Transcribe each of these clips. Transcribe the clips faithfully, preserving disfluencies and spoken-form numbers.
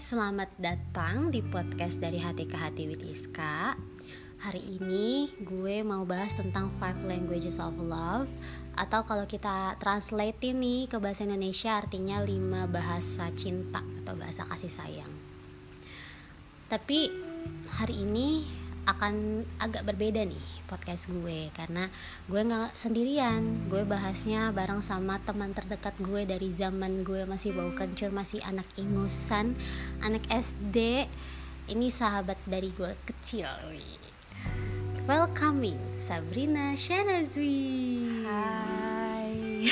Selamat datang di podcast dari Hati ke Hati with Iska. Hari ini gue mau bahas tentang Five Languages of Love, atau kalau kita translate ini ke bahasa Indonesia artinya lima bahasa cinta atau bahasa kasih sayang. Tapi hari ini akan agak berbeda nih podcast gue, karena gue gak sendirian. Gue bahasnya bareng sama teman terdekat gue dari zaman gue masih bau kencur, masih anak ingusan, anak S D. Ini sahabat dari gue kecil. Welcoming Sabrina Shanazwi. Hai.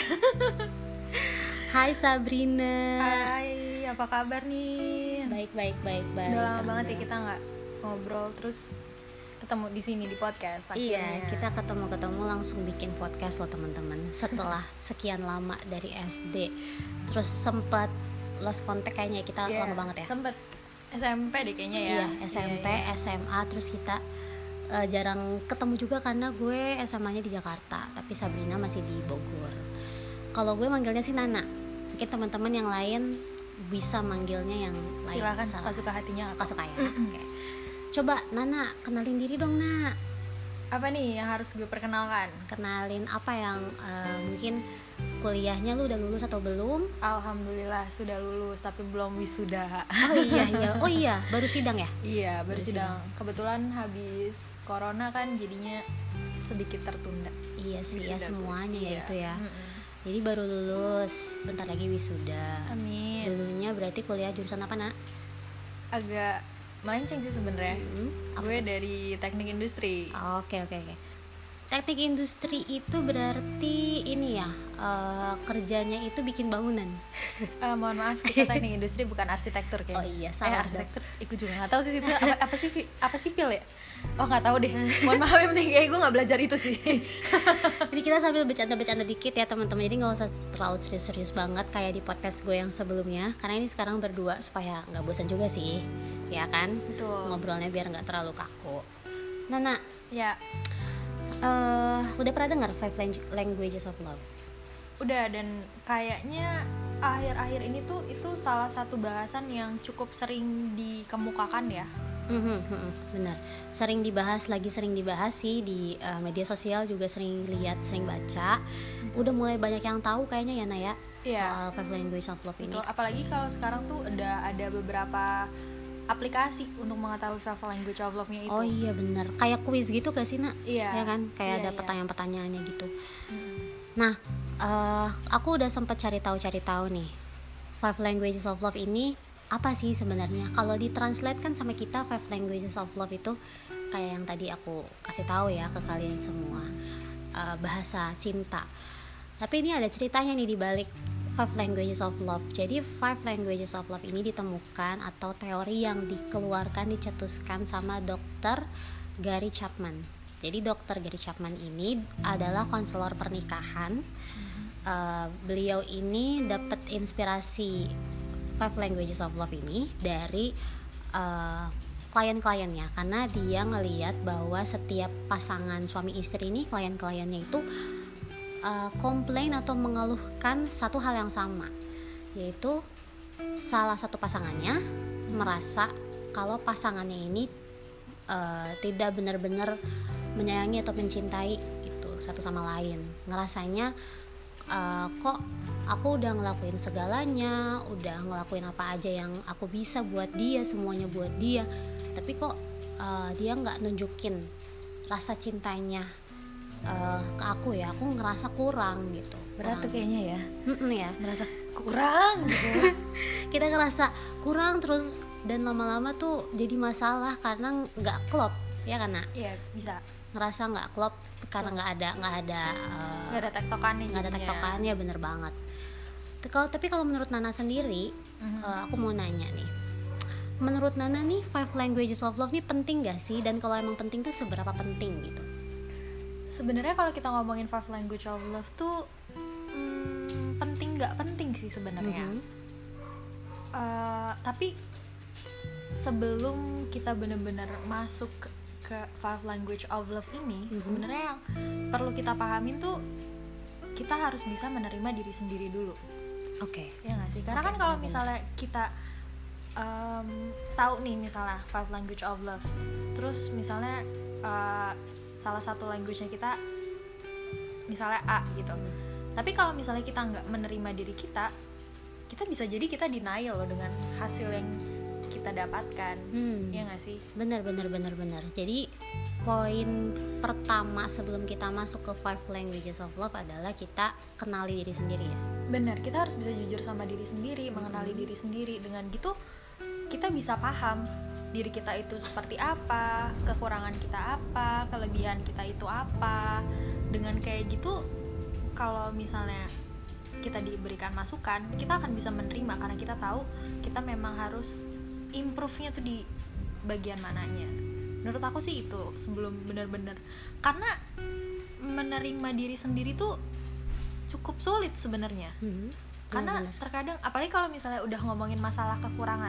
Hai Sabrina. Hai, apa kabar nih? Baik baik baik baik. Udah lama banget ya kita nggak ngobrol, terus ketemu di sini di podcast akhirnya. Iya, kita ketemu-ketemu langsung bikin podcast loh teman-teman. Setelah sekian lama dari S D, terus sempat lost contact kayaknya kita yeah, lama banget ya. Sempet S M P deh kayaknya ya. Iya, S M P, yeah, yeah. S M A, terus kita uh, jarang ketemu juga karena gue S M A-nya di Jakarta, tapi Sabrina masih di Bogor. Kalau gue manggilnya sih Nana. Mungkin teman-teman yang lain bisa manggilnya yang lain. Silakan suka-suka hatinya. Suka-suka ya. Oke. Okay. Coba Nana, kenalin diri dong Nak. Apa nih yang harus gue perkenalkan? Kenalin apa yang uh, mungkin kuliahnya lu udah lulus atau belum? Alhamdulillah sudah lulus, tapi belum wisuda. Oh iya iya, oh iya, baru sidang ya? Iya, baru, baru sidang. sidang. Kebetulan habis corona kan jadinya sedikit tertunda. Iya sih ya, semuanya ya iya. itu ya. Mm-mm. Jadi baru lulus, bentar lagi wisuda. Amin. Dulunya berarti kuliah jurusan apa Nak? Agak melenceng sih sebenarnya. Hmm, gue dari teknik industri. Oke oke oke. Teknik industri itu berarti ini ya, uh, kerjanya itu bikin bangunan. uh, mohon maaf, kita teknik industri bukan arsitektur kayaknya. Oh iya, salah. Eh, arsitektur, ikut juga nggak tahu sih itu apa, apa sih apa sipil ya? Oh nggak tahu deh. Mohon maaf yang penting kayak gue nggak belajar itu sih. Jadi kita sambil bercanda-bercanda dikit ya teman-teman. Jadi nggak usah terlalu serius-serius banget kayak di podcast gue yang sebelumnya. Karena ini sekarang berdua supaya nggak bosan juga sih, ya kan? Betul. Ngobrolnya biar nggak terlalu kaku. Nana. Ya. Uh, udah pernah dengar Five Languages of Love? Udah, dan kayaknya akhir-akhir ini tuh itu salah satu bahasan yang cukup sering dikemukakan ya. Mm-hmm, benar, sering dibahas, lagi sering dibahas sih di uh, media sosial juga sering lihat, sering baca. Udah mulai banyak yang tahu kayaknya ya Naya, yeah. soal Five Languages of Love ini. Betul, apalagi kalau sekarang tuh udah ada beberapa aplikasi untuk mengetahui Five Language of Love-nya itu. Oh iya benar, kayak kuis gitu gak sih Nak? Iya. Ya kan, kayak iya, ada iya. pertanyaan-pertanyaannya gitu. Hmm. Nah, uh, aku udah sempat cari tahu-cari tahu nih, Five Languages of Love ini apa sih sebenarnya? Kalau ditranslate kan sama kita, Five Languages of Love itu kayak yang tadi aku kasih tahu ya ke kalian semua, uh, bahasa cinta. Tapi ini ada ceritanya nih di balik Five Languages of Love. Jadi Five Languages of Love ini ditemukan atau teori yang dikeluarkan, dicetuskan sama dokter Gary Chapman. Jadi dokter Gary Chapman ini adalah konselor pernikahan. Mm-hmm. uh, Beliau ini dapat inspirasi Five Languages of Love ini dari uh, klien-kliennya, karena dia ngelihat bahwa setiap pasangan suami istri ini, klien-kliennya itu Uh, komplain atau mengeluhkan satu hal yang sama, yaitu salah satu pasangannya merasa kalau pasangannya ini uh, tidak benar-benar menyayangi atau mencintai gitu satu sama lain. Ngerasanya uh, kok aku udah ngelakuin segalanya, udah ngelakuin apa aja yang aku bisa buat dia, semuanya buat dia, tapi kok uh, dia nggak nunjukin rasa cintanya Uh, ke aku ya, aku ngerasa kurang gitu. Berat tuh kayaknya ya. Mm-mm ya, ngerasa kurang gitu. Kita ngerasa kurang terus, dan lama-lama tuh jadi masalah karena nggak klop, ya kan Nak? Iya bisa. Ngerasa nggak klop karena nggak ada nggak ada uh, nggak ada tektokannya. Nggak ada tektokannya, bener banget. Kalau tapi kalau menurut Nana sendiri, mm-hmm. uh, aku mau nanya nih. Menurut Nana nih, Five Languages of Love nih penting gak sih? Dan kalau emang penting tuh seberapa penting gitu? Sebenarnya kalau kita ngomongin Five Language of Love tuh hmm, penting nggak penting sih sebenarnya. Mm-hmm. Uh, tapi sebelum kita benar-benar masuk ke, ke Five Language of Love ini, mm-hmm. sebenarnya yang perlu kita pahamin tuh kita harus bisa menerima diri sendiri dulu. Oke. Okay. Ya nggak sih? Karena okay, kan kalau misalnya kita um, tahu nih misalnya five language of love, terus misalnya uh, salah satu language-nya kita misalnya A gitu, tapi kalau misalnya kita nggak menerima diri kita, kita bisa jadi kita denial loh dengan hasil yang kita dapatkan. hmm. Ya nggak sih? Benar benar benar benar. Jadi poin pertama sebelum kita masuk ke five languages of love adalah kita kenali diri sendiri ya. Benar, kita harus bisa jujur sama diri sendiri, mengenali diri sendiri. Dengan gitu kita bisa paham diri kita itu seperti apa, kekurangan kita apa, kelebihan kita itu apa. Dengan kayak gitu, kalau misalnya kita diberikan masukan, kita akan bisa menerima karena kita tahu kita memang harus improve-nya tuh di bagian mananya. Menurut aku sih itu sebelum benar-benar, karena menerima diri sendiri tuh cukup sulit sebenarnya. hmm. Karena Benar. terkadang apalagi kalau misalnya udah ngomongin masalah kekurangan,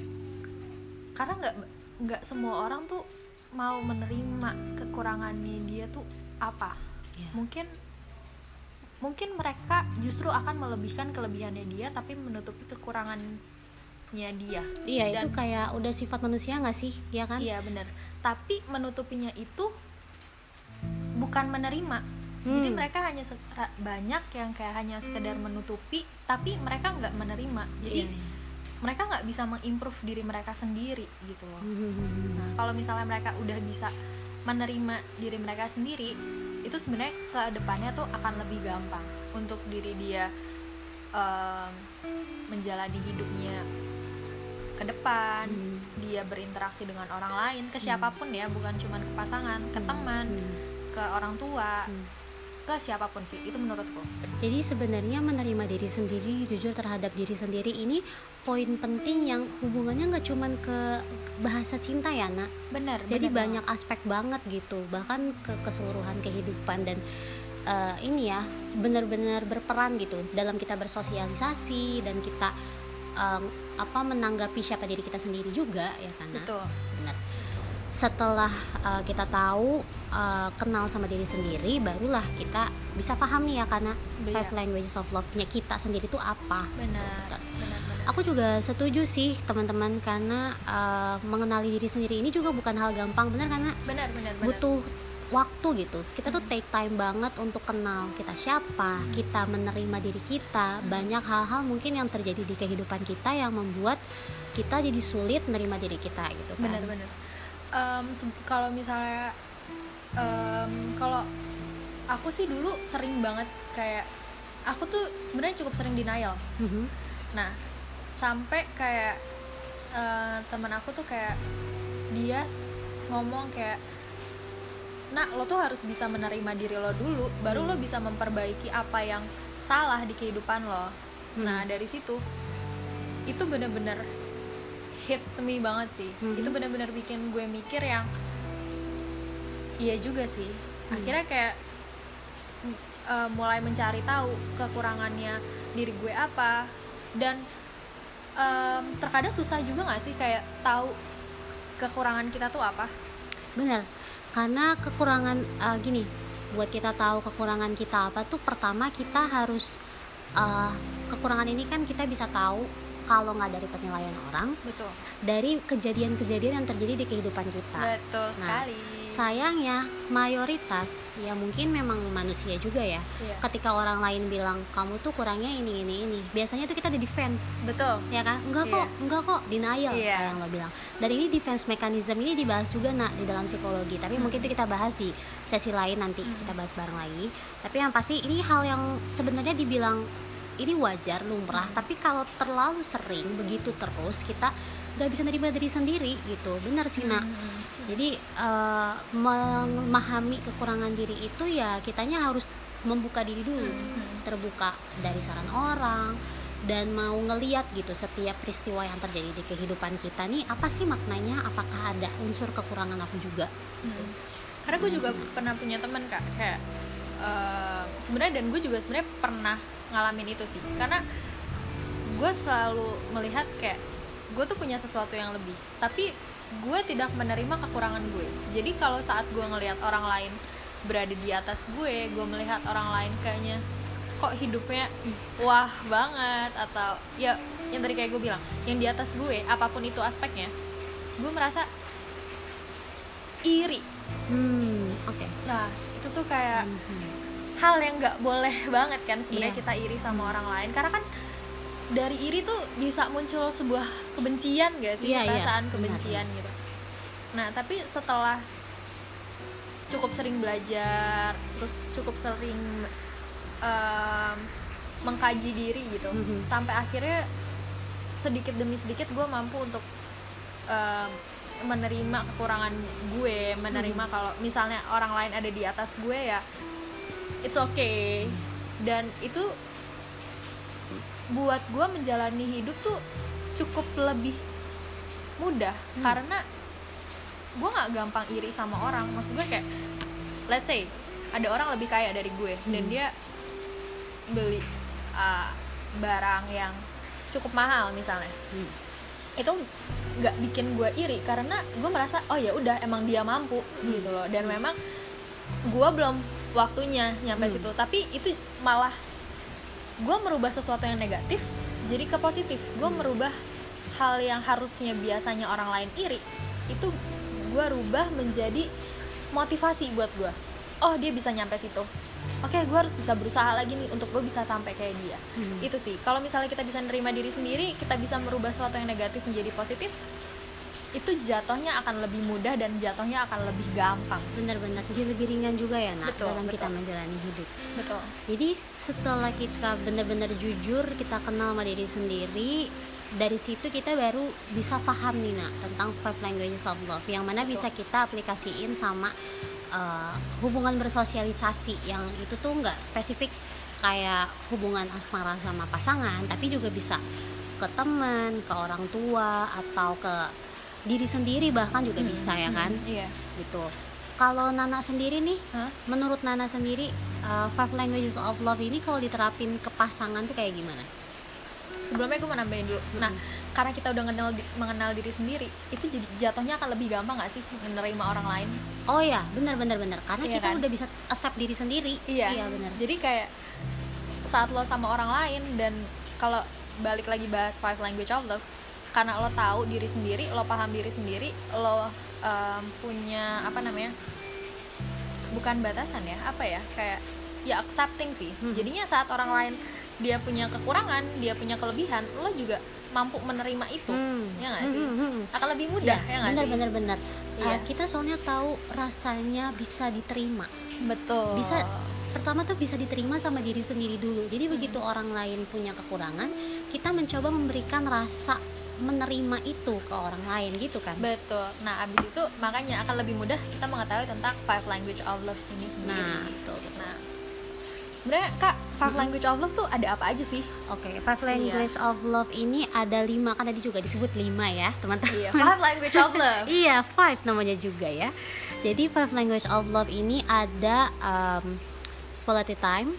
karena nggak nggak semua orang tuh mau menerima kekurangannya dia tuh apa. Ya. Mungkin mungkin mereka justru akan melebihkan kelebihannya dia tapi menutupi kekurangannya dia. Iya, itu Dan- kayak udah sifat manusia nggak sih, ya kan? Iya benar. Tapi menutupinya itu bukan menerima. Hmm. Jadi mereka hanya se- ra- banyak yang kayak hanya sekedar menutupi, tapi mereka nggak menerima. Jadi Iya, iya. mereka nggak bisa mengimprove diri mereka sendiri gitu loh. Hmm. Nah, kalau misalnya mereka udah bisa menerima diri mereka sendiri, itu sebenarnya ke depannya tuh akan lebih gampang untuk diri dia em, menjalani hidupnya ke depan. Hmm. Dia berinteraksi dengan orang lain, ke siapapun ya, bukan cuma ke pasangan, ke teman, Hmm. ke orang tua, Hmm. ke siapapun sih, itu menurutku. Jadi sebenarnya menerima diri sendiri, jujur terhadap diri sendiri ini poin penting yang hubungannya nggak cuman ke bahasa cinta ya, Nak. Benar. Jadi benar banyak aspek banget gitu, bahkan ke keseluruhan kehidupan. Dan eh, ini ya benar-benar berperan gitu dalam kita bersosialisasi dan kita eh, apa menanggapi siapa diri kita sendiri juga ya kan, Nak? Betul. Benar. Setelah uh, kita tahu uh, kenal sama diri sendiri, barulah kita bisa paham nih ya, karena Iya. five languages of love-nya kita sendiri itu apa. Benar. Betul. Benar. Benar. Aku juga setuju sih teman-teman, karena uh, mengenali diri sendiri ini juga bukan hal gampang, benar, karena Benar. Benar. Benar. butuh waktu gitu. Kita tuh take time banget untuk kenal kita siapa, kita menerima diri kita. Banyak hal-hal mungkin yang terjadi di kehidupan kita yang membuat kita jadi sulit menerima diri kita gitu kan. Benar-benar. Um, se- kalau misalnya um, kalau aku sih dulu sering banget kayak aku tuh sebenarnya cukup sering denial. Mhm. Nah, sampai kayak uh, teman aku tuh kayak dia ngomong kayak, "Nak, lo tuh harus bisa menerima diri lo dulu, baru lo bisa memperbaiki apa yang salah di kehidupan lo." Hmm. Nah, dari situ itu benar-benar hit me banget sih. Mhm. Itu benar-benar bikin gue mikir yang iya juga sih. Akhirnya kayak uh, mulai mencari tahu kekurangannya diri gue apa, dan um, terkadang susah juga nggak sih kayak tahu kekurangan kita tuh apa. Bener, karena kekurangan uh, gini, buat kita tahu kekurangan kita apa tuh, pertama kita harus uh, kekurangan ini kan kita bisa tahu kalau nggak dari penilaian orang, Betul. dari kejadian-kejadian yang terjadi di kehidupan kita. Betul Nah, sekali. Sayangnya mayoritas ya mungkin memang manusia juga ya. Iya. Ketika orang lain bilang kamu tuh kurangnya ini ini ini, biasanya tuh kita di defense. Betul. Ya kan, enggak Iya. kok, enggak kok, denial Iya. kayak yang lo bilang. Dan ini defense mechanism ini dibahas juga nak di dalam psikologi, tapi Hmm. mungkin itu kita bahas di sesi lain nanti, Hmm. kita bahas bareng lagi. Tapi yang pasti ini hal yang sebenarnya dibilang ini wajar, lumrah, Hmm. tapi kalau terlalu sering begitu terus kita nggak bisa nerima diri sendiri gitu. Benar sih nak. Hmm. Jadi eh, memahami kekurangan diri itu ya kitanya harus membuka diri dulu, Hmm. terbuka dari saran orang, dan mau ngeliat gitu setiap peristiwa yang terjadi di kehidupan kita nih apa sih maknanya, apakah ada unsur kekurangan aku juga. Hmm. Karena gue juga pernah punya teman kak, kayak uh, sebenarnya, dan gue juga sebenarnya pernah ngalamin itu sih, karena gue selalu melihat kayak gue tuh punya sesuatu yang lebih, tapi gue tidak menerima kekurangan gue. Jadi kalau saat gue ngelihat orang lain berada di atas gue, gue melihat orang lain kayaknya kok hidupnya wah banget, atau ya yang tadi kayak gue bilang yang di atas gue, apapun itu aspeknya, gue merasa iri. Hmm, oke. Okay. Nah itu tuh kayak Hmm. hal yang nggak boleh banget kan sebenarnya, Iya. kita iri sama orang lain, karena kan dari iri tuh bisa muncul sebuah kebencian gak sih, Iya, iya, perasaan benar. kebencian gitu. Nah tapi setelah cukup sering belajar, terus cukup sering um, mengkaji diri gitu, Mhm. sampai akhirnya sedikit demi sedikit gue mampu untuk um, menerima kekurangan gue, menerima Mhm. kalau misalnya orang lain ada di atas gue, ya it's okay. Dan itu buat gue menjalani hidup tuh cukup lebih mudah, Hmm. karena gue nggak gampang iri sama orang. Maksud gue kayak, let's say ada orang lebih kaya dari gue, Hmm. dan dia beli uh, barang yang cukup mahal misalnya, Hmm. itu nggak bikin gue iri, karena gue merasa oh ya udah emang dia mampu gitu loh, dan memang gue belum waktunya nyampe Hmm. situ. Tapi itu malah gue merubah sesuatu yang negatif jadi ke positif. Gue merubah hal yang harusnya biasanya orang lain iri, itu gue rubah menjadi motivasi buat gue. Oh dia bisa nyampe situ, oke gue harus bisa berusaha lagi nih untuk gue bisa sampai kayak dia. Hmm. Itu sih, kalau misalnya kita bisa nerima diri sendiri, kita bisa merubah sesuatu yang negatif menjadi positif, itu jatuhnya akan lebih mudah dan jatuhnya akan lebih gampang. Benar-benar jadi lebih ringan juga ya nak, Betul, dalam kita betul. menjalani hidup. Betul. Jadi setelah kita benar-benar jujur, kita kenal sama diri sendiri, dari situ kita baru bisa paham nih nak tentang five languages of love, yang mana Betul. bisa kita aplikasiin sama uh, hubungan bersosialisasi, yang itu tuh nggak spesifik kayak hubungan asmara sama pasangan, tapi juga bisa ke teman, ke orang tua, atau ke diri sendiri bahkan juga Hmm, bisa ya hmm, kan, iya. gitu. Kalau Nana sendiri nih, Hah? menurut Nana sendiri uh, five languages of love ini kalau diterapin ke pasangan tuh kayak gimana? Sebelumnya gue mau nambahin dulu. Nah, karena kita udah mengenal mengenal diri sendiri, itu jadi jatuhnya akan lebih gampang gak sih menerima orang lain? Oh ya, benar-benar benar. Karena Iya kita kan? udah bisa accept diri sendiri. Iya, benar. Jadi kayak saat lo sama orang lain, dan kalau balik lagi bahas five language of love, karena lo tahu diri sendiri, lo paham diri sendiri, lo um, punya apa namanya, bukan batasan ya, apa ya, kayak ya accepting sih. Hmm. Jadinya saat orang lain dia punya kekurangan, dia punya kelebihan, lo juga mampu menerima itu. Hmm. Ya nggak sih? Hmm, hmm, hmm. Akan lebih mudah, ya nggak sih? Benar-benar benar. Iya. Uh, kita soalnya tahu rasanya bisa diterima. Betul. Bisa pertama tuh bisa diterima sama diri sendiri dulu. Jadi begitu orang lain punya kekurangan, kita mencoba memberikan rasa menerima itu ke orang lain gitu kan. Betul. Nah, abis itu makanya akan lebih mudah kita mengetahui tentang five language of love ini sendiri. Nah, betul, betul. Nah, sebenarnya Kak, five language of love tuh ada apa aja sih? Oke, five language of love ini ada lima, kan tadi juga disebut lima ya teman-teman. Iya, five language of love. Iya, five namanya juga ya. Jadi five language of love ini ada um, quality time,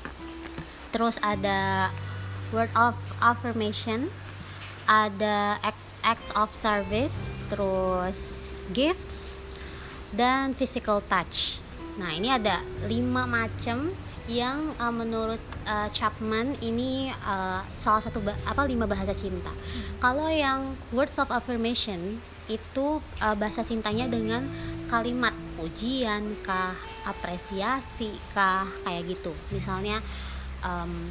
terus ada word of affirmation, ada act, acts of service, terus gifts, dan physical touch. Nah ini ada lima macam yang uh, menurut uh, Chapman ini uh, salah satu ba- apa lima bahasa cinta. Kalau yang words of affirmation itu uh, bahasa cintanya dengan kalimat pujian kah, apresiasi kah, kayak gitu. Misalnya um,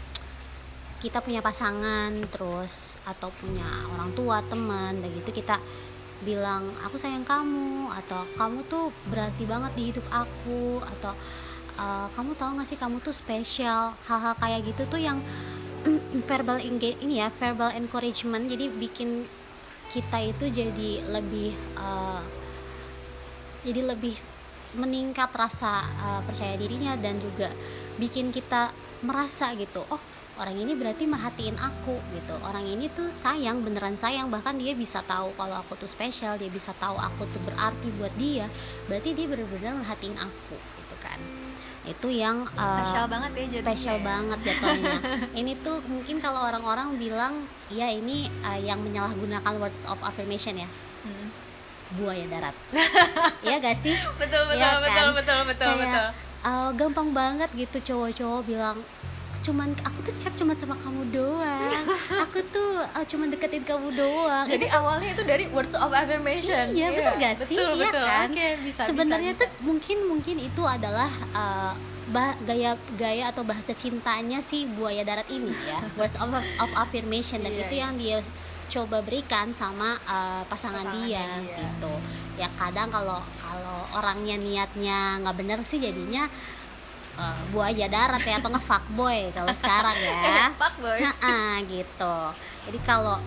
kita punya pasangan terus atau punya orang tua, teman, begitu kita bilang aku sayang kamu, atau kamu tuh berarti banget di hidup aku, atau uh, kamu tahu gak sih kamu tuh spesial. Hal-hal kayak gitu tuh yang verbal engage ini ya, verbal encouragement, jadi bikin kita itu jadi lebih uh, jadi lebih meningkat rasa uh, percaya dirinya, dan juga bikin kita merasa gitu, oh orang ini berarti merhatiin aku gitu, orang ini tuh sayang, beneran sayang, bahkan dia bisa tahu kalau aku tuh spesial, dia bisa tahu aku tuh berarti buat dia, berarti dia bener-bener merhatiin aku gitu kan. Itu yang uh, Spesial banget ya jadinya. spesial banget jatuhnya. Ini tuh mungkin kalau orang-orang bilang ya ini uh, yang menyalahgunakan words of affirmation ya, Hmm. buaya darat. Iya gak sih? Betul betul Ya kan? betul betul betul Kayak, betul. uh, gampang banget gitu cowok-cowok bilang cuman aku tuh chat cuma sama kamu doang, aku tuh uh, cuman deketin kamu doang. Jadi itu, awalnya itu dari words of affirmation. Iya, betul gak sih? Betul, Iya betul. kan? Okay, bisa, sebenarnya bisa, tuh bisa. mungkin mungkin itu adalah uh, bah, gaya gaya atau bahasa cintanya si buaya darat ini ya, words of, of affirmation, dan iya, itu iya. yang dia coba berikan sama uh, pasangan, pasangan dia, dia gitu. Ya kadang kalau kalau orangnya niatnya nggak bener sih jadinya Uh, buaya darat ya, atau nggak fuckboy kalau sekarang ya. Fuckboy. Nah, gitu. Jadi kalau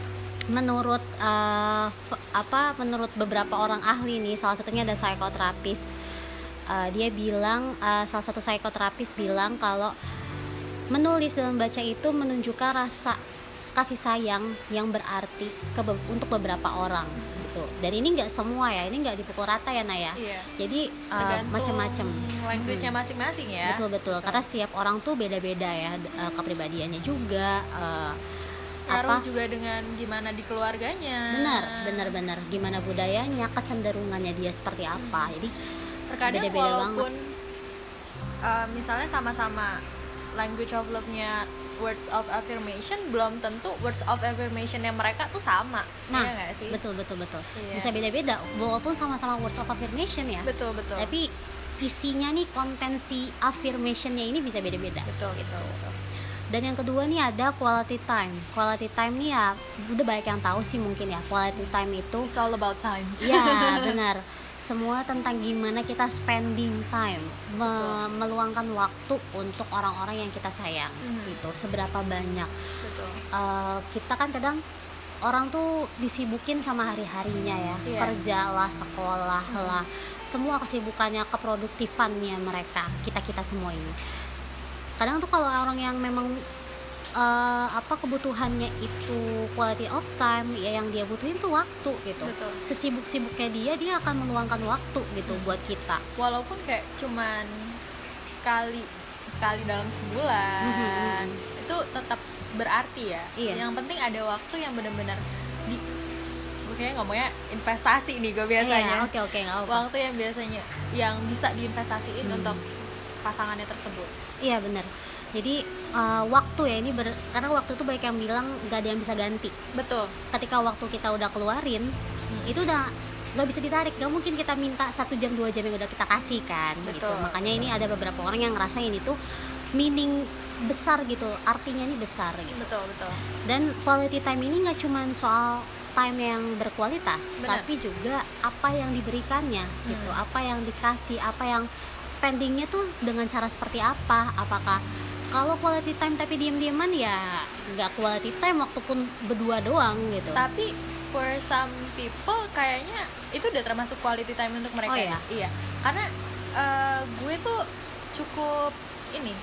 menurut uh, f- apa menurut beberapa orang ahli nih, salah satunya ada psikoterapis, uh, dia bilang uh, salah satu psikoterapis bilang kalau menulis dan membaca itu menunjukkan rasa kasih sayang yang berarti ke be- untuk beberapa orang. Dan ini nggak semua ya, ini nggak dipukul rata ya Naya. Iya. Jadi uh, macam-macam language-nya hmm. masing-masing ya. Betul betul. Karena setiap orang tuh beda-beda ya, uh, kepribadiannya juga. Uh, Ngaruh apa? juga dengan gimana di keluarganya. Benar, benar-benar. Gimana budayanya, kecenderungannya dia seperti apa. Hmm. Jadi terkadang beda-beda walaupun banget. Uh, misalnya sama-sama language of love-nya words of affirmation, belum tentu words of affirmation yang mereka tuh sama. Nah, iya gak sih? betul betul betul. Iya. Bisa beda-beda walaupun sama-sama words of affirmation ya. Betul betul. Tapi isinya nih, kontensi affirmationnya ini bisa beda-beda. Betul gitu. betul. betul. Dan yang kedua nih ada quality time. Quality time nih ya udah banyak yang tahu sih mungkin ya. Quality time itu it's all about time. Iya, benar. Semua tentang gimana kita spending time, me- meluangkan waktu untuk orang-orang yang kita sayang, hmm. gitu. Seberapa banyak. Betul. Uh, kita kan kadang orang tuh disibukin sama hari-harinya ya, yeah. kerja lah, sekolah hmm. lah, semua kesibukannya, keproduktifannya mereka, kita-kita semua ini. Kadang tuh kalau orang yang memang Uh, apa kebutuhannya itu quality of time, ya yang dia butuhin tuh waktu gitu. Betul. Sesibuk-sibuknya dia dia akan meluangkan waktu gitu hmm. buat kita. Walaupun kayak cuman sekali sekali dalam sebulan, hmm. itu tetap berarti ya. Iya. Yang penting ada waktu yang benar-benar di, gue kayaknya ngomongnya investasi nih gue biasanya. Iya, oke oke nggak apa. Waktu yang biasanya yang bisa diinvestasiin hmm. untuk pasangannya tersebut. Iya benar. Jadi uh, waktu ya ini ber, karena waktu itu banyak yang bilang gak ada yang bisa ganti. Betul. Ketika waktu kita udah keluarin, hmm. itu udah gak bisa ditarik. Gak mungkin kita minta satu jam dua jam yang udah kita kasih kan. Betul. Gitu. Makanya ini ada beberapa orang yang ngerasain itu meaning besar gitu, artinya ini besar gitu. Betul betul. Dan quality time ini nggak cuma soal time yang berkualitas, bener. Tapi juga apa yang diberikannya hmm. gitu, apa yang dikasih, apa yang spendingnya tuh dengan cara seperti apa. Apakah kalau quality time tapi diem-dieman ya nggak quality time, waktu pun berdua doang gitu. Tapi for some people kayaknya itu udah termasuk quality time untuk mereka. Oh, ya? Iya. Karena uh, gue tuh cukup ini.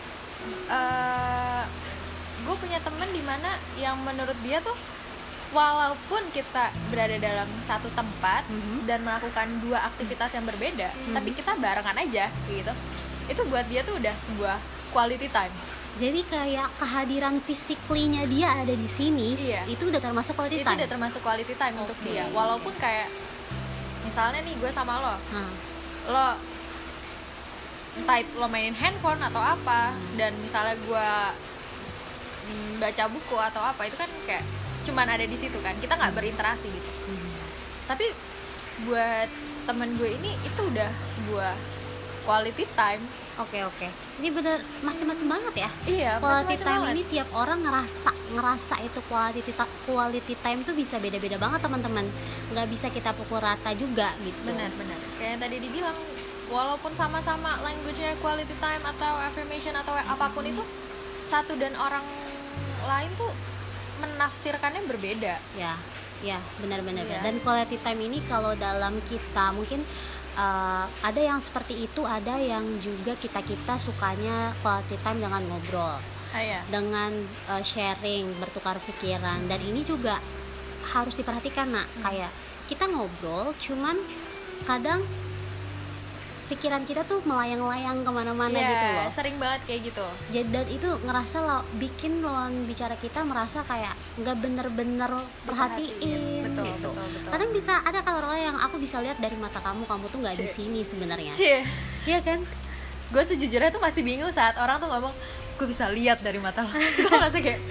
Uh, gue punya temen di mana yang menurut dia tuh walaupun kita berada dalam satu tempat mm-hmm. dan melakukan dua aktivitas yang berbeda, mm-hmm. tapi kita barengan aja gitu. Itu buat dia tuh udah sebuah quality time. Jadi kayak kehadiran physically-nya dia ada di sini, iya. itu udah termasuk quality itu time. Itu udah termasuk quality time okay. untuk dia. Walaupun kayak misalnya nih gue sama lo, hmm. lo entah itu lo mainin handphone atau apa, hmm. dan misalnya gue mm, baca buku atau apa, itu kan kayak cuman ada di situ kan, kita nggak berinteraksi gitu. Hmm. Tapi buat temen gue ini itu udah sebuah quality time. Oke oke. Ini bener macam-macam banget ya. Iya. Quality time banget. Ini tiap orang ngerasa ngerasa itu quality ta- quality time tuh bisa beda-beda banget teman-teman. Nggak bisa kita pukul rata juga gitu. Benar-benar. Kayak yang tadi dibilang, walaupun sama-sama language-nya quality time atau affirmation atau apapun itu, satu dan orang lain tuh menafsirkannya berbeda. Ya, ya benar-benar. Iya. Dan quality time ini kalau dalam kita mungkin Uh, ada yang seperti itu, ada yang juga kita-kita sukanya quality time dengan ngobrol, ah, iya. dengan uh, sharing, bertukar pikiran. Dan ini juga harus diperhatikan nak, hmm. kayak kita ngobrol, cuman kadang pikiran kita tuh melayang-layang kemana-mana yeah, gitu loh. Sering banget kayak gitu. Jadi dan itu ngerasa lo, bikin lawan bicara kita merasa kayak nggak bener-bener perhatiin betul, gitu. Betul, betul. Kadang bisa ada kalau orang yang aku bisa lihat dari mata kamu, kamu tuh nggak di sini sebenarnya. Cie. Iya kan? Gue sejujurnya tuh masih bingung saat orang tuh ngomong gue bisa lihat dari mata lo. Terus gue ngerasa kayak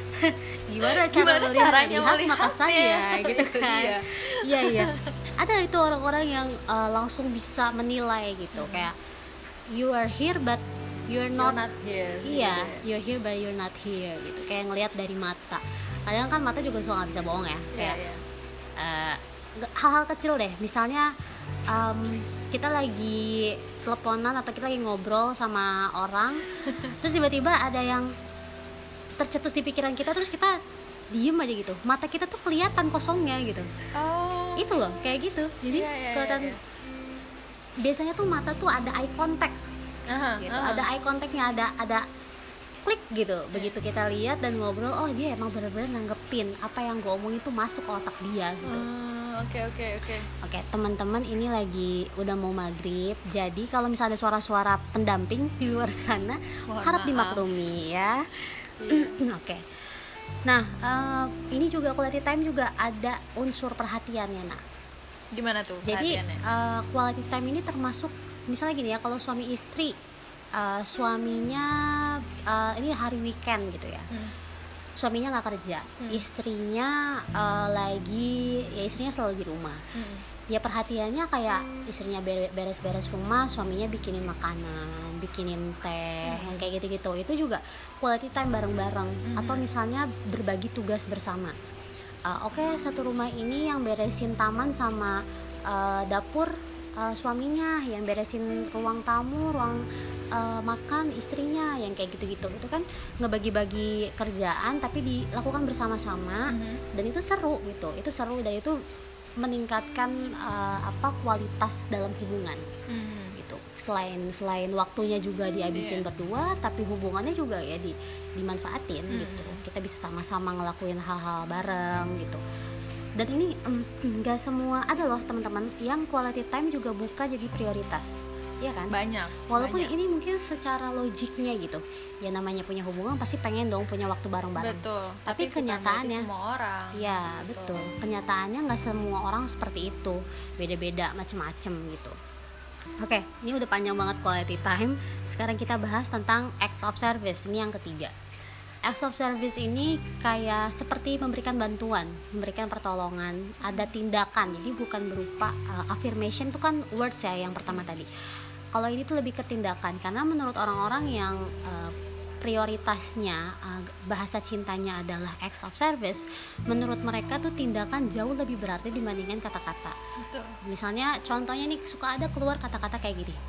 gimana cara Gimana melihat, caranya melihat mata melihatnya? saya gitu Itu kan. dia. Iya iya. Ada itu orang-orang yang uh, langsung bisa menilai gitu, Hmm. kayak you are here but you're You're not, not here. iya, gitu deh. you're here but you're not here gitu. Kayak ngelihat dari mata. Kadang kan mata juga suka nggak bisa bohong ya. Iya, Kayak iya. eh, nggak- hal-hal kecil deh. Misalnya um, kita lagi teleponan atau kita lagi ngobrol sama orang, terus tiba-tiba ada yang tercetus di pikiran kita, terus kita diem aja gitu. Mata kita tuh kelihatan kosongnya gitu. Oh. Itu loh, kayak gitu. Jadi Iya, iya, kelihatan. iya, iya. Biasanya tuh mata tuh ada eye contact Aha, gitu, aha. ada eye contactnya, ada ada klik gitu. Begitu kita lihat dan ngobrol, oh dia emang bener-bener nanggepin apa yang gue omongin tuh masuk ke otak dia gitu. Hmm, Oke oke oke. Oke teman-teman, ini lagi udah mau maghrib, jadi kalau misalnya ada suara-suara pendamping di luar sana, Mohon harap maaf. dimaklumi ya. Iya. Oke. Nah eh, ini juga quality time juga ada unsur perhatiannya. Nah Gimana tuh jadi perhatiannya? eh, quality time ini termasuk misalnya gini ya, kalau suami istri, eh, suaminya eh, ini hari weekend gitu ya, Hmm. suaminya nggak kerja, Hmm. istrinya eh, lagi ya istrinya selalu di rumah, Hmm. ya perhatiannya kayak istrinya bere- beres-beres rumah, suaminya bikinin makanan, bikinin teh, Hmm. yang kayak gitu-gitu. Itu juga quality time bareng-bareng. Hmm. Atau misalnya berbagi tugas bersama. Uh, Oke, satu rumah ini yang beresin taman sama uh, dapur uh, suaminya, yang beresin ruang tamu, ruang uh, makan istrinya, yang kayak gitu-gitu. Itu kan ngebagi-bagi kerjaan tapi dilakukan bersama-sama. Mhm. Dan itu seru gitu, itu seru dan itu meningkatkan uh, apa kualitas dalam hubungan Mhm. gitu. Selain selain waktunya juga dihabisin Iya. berdua, tapi hubungannya juga ya di dimanfaatin Hmm. gitu. Kita bisa sama-sama ngelakuin hal-hal bareng gitu. Dan ini nggak semua, ada loh teman-teman yang quality time juga bukan jadi prioritas, ya kan? Banyak. Walaupun banyak. ini mungkin secara logiknya gitu, ya namanya punya hubungan pasti pengen dong punya waktu bareng-bareng. Betul. Tapi bukan kenyataannya- berarti semua orang. Ya betul. Kenyataannya nggak semua orang seperti itu, beda-beda macem-macem gitu. Oke, ini udah panjang banget quality time. Sekarang kita bahas tentang acts of service. Ini yang ketiga. Acts of service ini kayak seperti memberikan bantuan, memberikan pertolongan, ada tindakan. Jadi bukan berupa uh, affirmation, itu kan words ya yang pertama tadi. Kalau ini tuh lebih ke tindakan, karena menurut orang-orang yang uh, prioritasnya uh, bahasa cintanya adalah acts of service, menurut mereka tuh tindakan jauh lebih berarti dibandingkan kata-kata. Betul. Misalnya contohnya nih, suka ada keluar kata-kata kayak gini,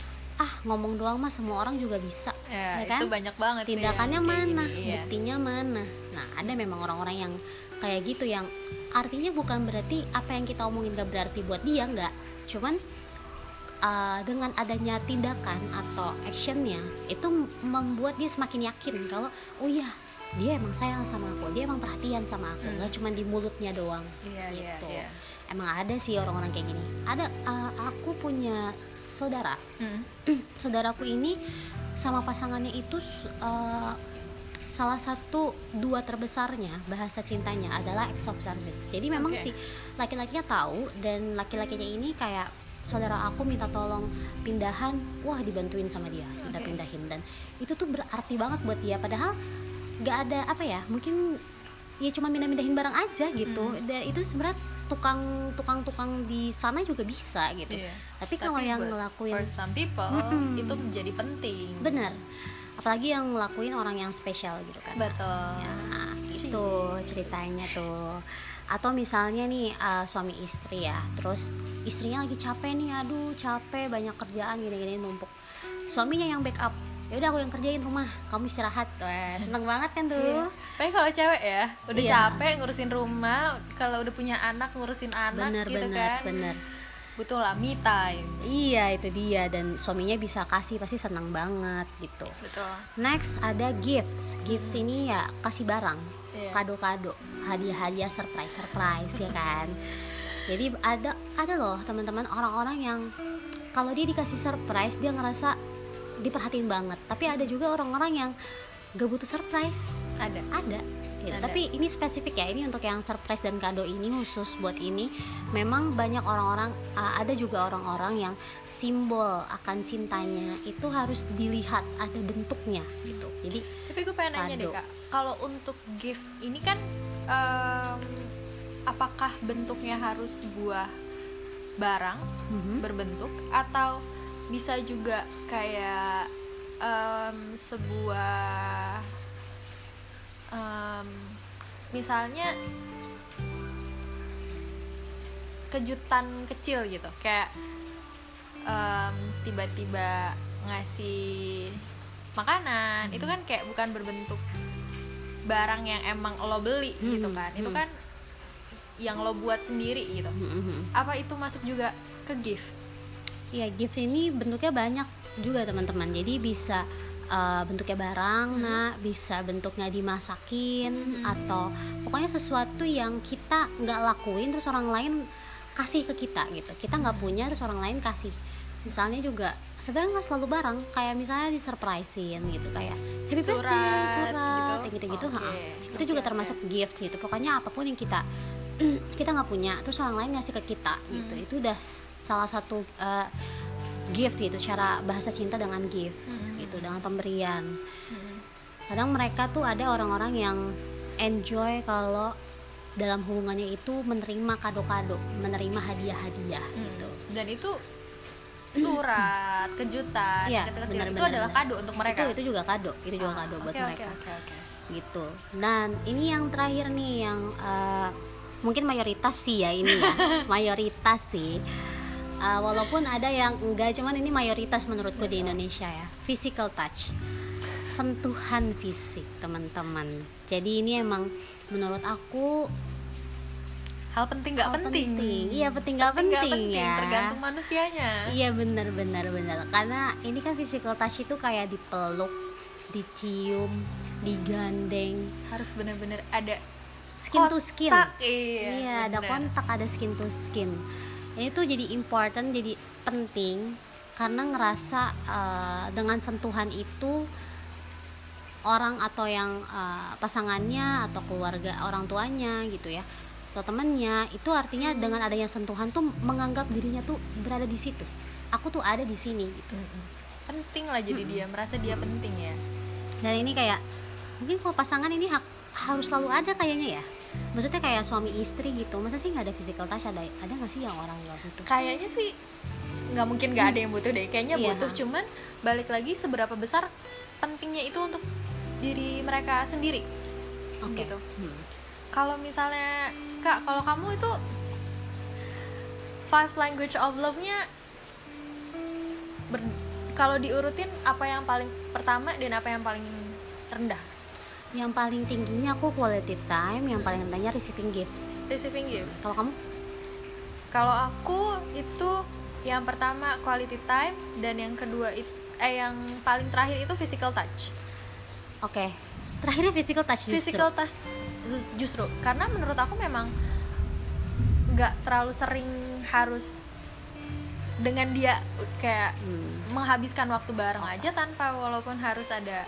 ah ngomong doang mah semua orang juga bisa, Ya, ya kan? itu banyak banget tuh Tindakannya yang kayak mana, gini, iya. buktinya mana. Nah ada memang orang-orang yang kayak gitu, yang artinya bukan berarti apa yang kita omongin gak berarti buat dia, enggak, cuman uh, dengan adanya tindakan atau actionnya itu membuat dia semakin yakin kalau oh iya dia emang sayang sama aku, dia emang perhatian sama aku, Hmm. nggak cuma di mulutnya doang. Iya, iya, gitu. iya. Emang ada sih orang-orang kayak gini. Ada uh, aku punya saudara, Hmm. saudaraku ini sama pasangannya itu uh, salah satu dua terbesarnya bahasa cintanya adalah acts of service. Jadi memang Oke. sih laki-lakinya tahu, dan laki-lakinya ini kayak saudara aku minta tolong pindahan, wah dibantuin sama dia, minta Oke. pindahin, dan itu tuh berarti banget buat dia. Padahal nggak ada apa ya, mungkin ya cuma pindah-pindahin barang aja gitu. Hmm. Dan itu sebenarnya tukang tukang-tukang di sana juga bisa gitu. Iya. Tapi kalau Tapi yang buat- ngelakuin, For some people Mm-mm. itu menjadi penting. bener, apalagi yang ngelakuin orang yang spesial gitu kan. Betul. Ya, itu ceritanya tuh. Atau misalnya nih uh, suami istri ya, terus istrinya lagi capek nih, aduh capek banyak kerjaan gini-gini numpuk. Suaminya yang backup, ya udah aku yang kerjain rumah, kamu istirahat. Wah, seneng banget kan tuh. Iya. Tapi kalau cewek ya, udah Iya. capek ngurusin rumah, kalau udah punya anak ngurusin anak Bener gitu bener kan. bener. Butuh lah me time. Iya itu dia, dan suaminya bisa kasih pasti seneng banget gitu. Betul. Next ada gifts. Gifts ini ya kasih barang, Iya. kado-kado, hadiah-hadiah, surprise-surprise ya kan. Jadi ada ada loh teman-teman orang-orang yang kalau dia dikasih surprise dia ngerasa diperhatiin banget. Tapi ada juga orang-orang yang gak butuh surprise, Ada. ada. Gitu. Ada. Tapi ini spesifik ya, ini untuk yang surprise dan kado ini khusus buat ini. Memang banyak orang-orang, uh, ada juga orang-orang yang simbol akan cintanya itu harus dilihat, ada bentuknya gitu. Jadi tapi gue pengen nanya deh kado. Kak, kalau untuk gift ini kan em, apakah bentuknya harus sebuah barang Mhm. berbentuk atau bisa juga kayak em, sebuah em, misalnya kejutan kecil gitu, kayak em, tiba-tiba ngasih makanan, itu kan kayak bukan berbentuk barang yang emang lo beli gitu Hmm, kan, itu hmm. kan yang lo buat sendiri gitu. Mhm. Apa itu masuk juga ke gift? Iya, gift ini bentuknya banyak juga teman-teman. Jadi bisa uh, bentuknya barang, Hmm. nah bisa bentuknya dimasakin, Hmm. atau pokoknya sesuatu yang kita nggak lakuin terus orang lain kasih ke kita gitu. Kita nggak punya terus orang lain kasih. Misalnya juga sebenarnya nggak selalu barang, kayak misalnya disurprisein gitu, kayak happy birthday, Surat, surat, gitu? gitu-gitu. Oke, ha-ha. Itu oke, juga oke. termasuk gift gitu. Pokoknya apapun yang kita kita nggak punya terus orang lain ngasih ke kita gitu, Hmm. itu udah salah satu uh, gift gitu, cara bahasa cinta dengan gifts Hmm. gitu, dengan pemberian. Hmm. Kadang mereka tuh ada orang-orang yang enjoy kalau dalam hubungannya itu menerima kado-kado, menerima hadiah-hadiah Hmm. gitu. Dan itu surat, kejutan, Iya, kecil-kecil benar, itu benar, adalah benar. kado untuk mereka. Itu itu juga kado, itu juga Ah, kado buat oke, mereka. Oke, oke, oke. Gitu. Dan ini yang terakhir nih yang uh, mungkin mayoritas sih ya ini ya, mayoritas sih. Uh, walaupun ada yang enggak, cuman ini mayoritas menurutku di Indonesia ya. Physical touch, sentuhan fisik teman-teman. Jadi ini emang menurut aku Hal penting nggak hal penting? Iya, penting nggak Penting nggak penting, penting, ya. tergantung manusianya. Iya, benar benar benar. Karena ini kan physical touch itu kayak dipeluk, dicium, digandeng, Harus benar-benar ada skin to skin. kontak, iya, Iya, ada benar. kontak, ada skin to skin. Ini tuh jadi important, jadi penting karena ngerasa uh, dengan sentuhan itu orang atau yang uh, pasangannya atau keluarga orang tuanya gitu ya, atau temennya, itu artinya dengan adanya sentuhan tuh menganggap dirinya tuh berada di situ. Aku tuh ada di sini gitu. Mm-mm. Penting lah, jadi dia merasa dia penting ya. Dan ini kayak mungkin kalau pasangan ini ha- harus selalu ada kayaknya ya. Maksudnya kayak suami istri gitu. Masa sih nggak ada physical touch? Ada ada nggak sih yang orang nggak butuh? Kayaknya sih nggak mungkin nggak ada yang butuh deh. Kayaknya Iya. butuh, cuman balik lagi seberapa besar pentingnya itu untuk diri mereka sendiri. Oke. Gitu. Hmm. Kalau misalnya Kak, kalau kamu itu five language of love-nya ber- kalau diurutin apa yang paling pertama dan apa yang paling rendah? Yang paling tingginya aku quality time, yang paling rendahnya receiving gift. Receiving gift. Kalau kamu? Kalau aku itu yang pertama quality time, dan yang kedua it, eh yang paling terakhir itu physical touch. Oke. Terakhirnya physical touch justru. Physical touch ju- justru karena menurut aku memang nggak terlalu sering harus dengan dia kayak Hmm. menghabiskan waktu bareng aja tanpa walaupun harus ada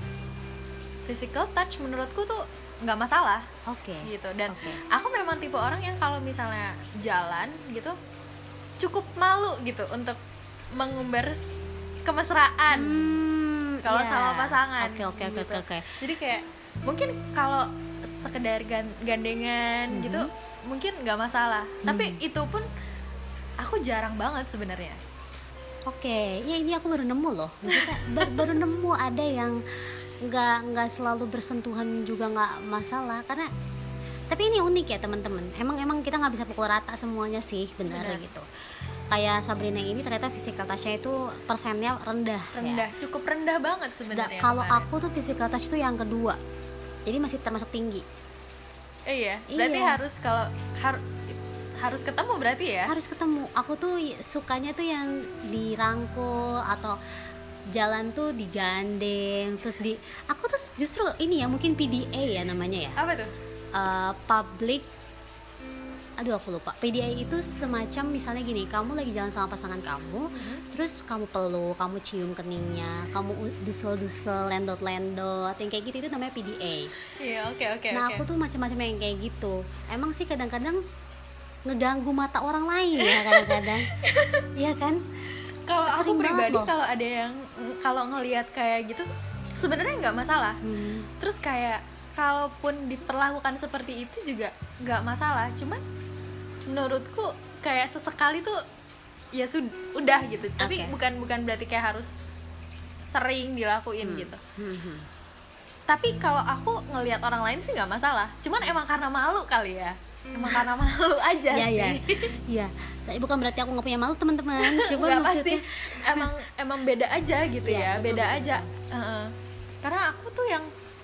physical touch, menurutku tuh nggak masalah Oke. gitu. Dan Oke. aku memang tipe orang yang kalau misalnya jalan gitu cukup malu gitu untuk mengumbar s- kemesraan Hmm, kalau ya. sama pasangan. Oke, oke, oke, gitu. oke, oke. Jadi kayak mungkin kalau sekedar gan- gandengan Mhm. gitu mungkin nggak masalah, tapi Mhm. itu pun aku jarang banget sebenarnya. Oke, ya ini aku baru nemu loh. Maksudnya bar- baru nemu ada yang nggak nggak selalu bersentuhan juga nggak masalah, karena tapi ini unik ya teman-teman. Emang emang kita nggak bisa pukul rata semuanya sih, benar Benar. gitu. Kayak Sabrina ini ternyata physical touch-nya itu persennya rendah. Rendah, Ya. cukup rendah banget Sedang- sebenarnya. kalau kemarin. aku tuh physical touch itu yang kedua, jadi masih termasuk tinggi. Eh, iya, berarti Iya. harus kalau har- harus ketemu berarti ya. Harus ketemu. Aku tuh y- sukanya tuh yang dirangkul atau jalan tuh digandeng, terus di aku tuh justru ini ya mungkin P D A ya namanya ya. Apa tuh? Uh, public aduh aku lupa. P D A itu semacam misalnya gini, kamu lagi jalan sama pasangan kamu, terus kamu peluk, kamu cium keningnya, kamu u- dusel-dusel, lendot-lendot, yang kayak gitu itu namanya P D A. Iya, oke oke Nah oke. aku tuh macam-macam yang kayak gitu. Emang sih kadang-kadang ngeganggu mata orang lain ya kadang-kadang. Iya kan? Kalau aku sering banget pribadi loh. kalau ada yang kalau ngelihat kayak gitu sebenarnya nggak masalah. Hmm. Terus kayak kalaupun diperlakukan seperti itu juga nggak masalah, cuman menurutku kayak sesekali tuh ya sudah udah gitu. Tapi Okay. bukan bukan berarti kayak harus sering dilakuin Hmm. gitu. Hmm. hmm. Tapi kalau aku ngelihat orang lain sih nggak masalah, cuman emang karena malu kali ya, emang karena malu aja Ya, sih. ya. Iya, tapi bukan berarti aku nggak punya malu teman-teman. Cuma Nggak, pasti maksudnya emang emang beda aja gitu Iya, ya, betul, beda betul, aja. Heeh. Karena aku tuh yang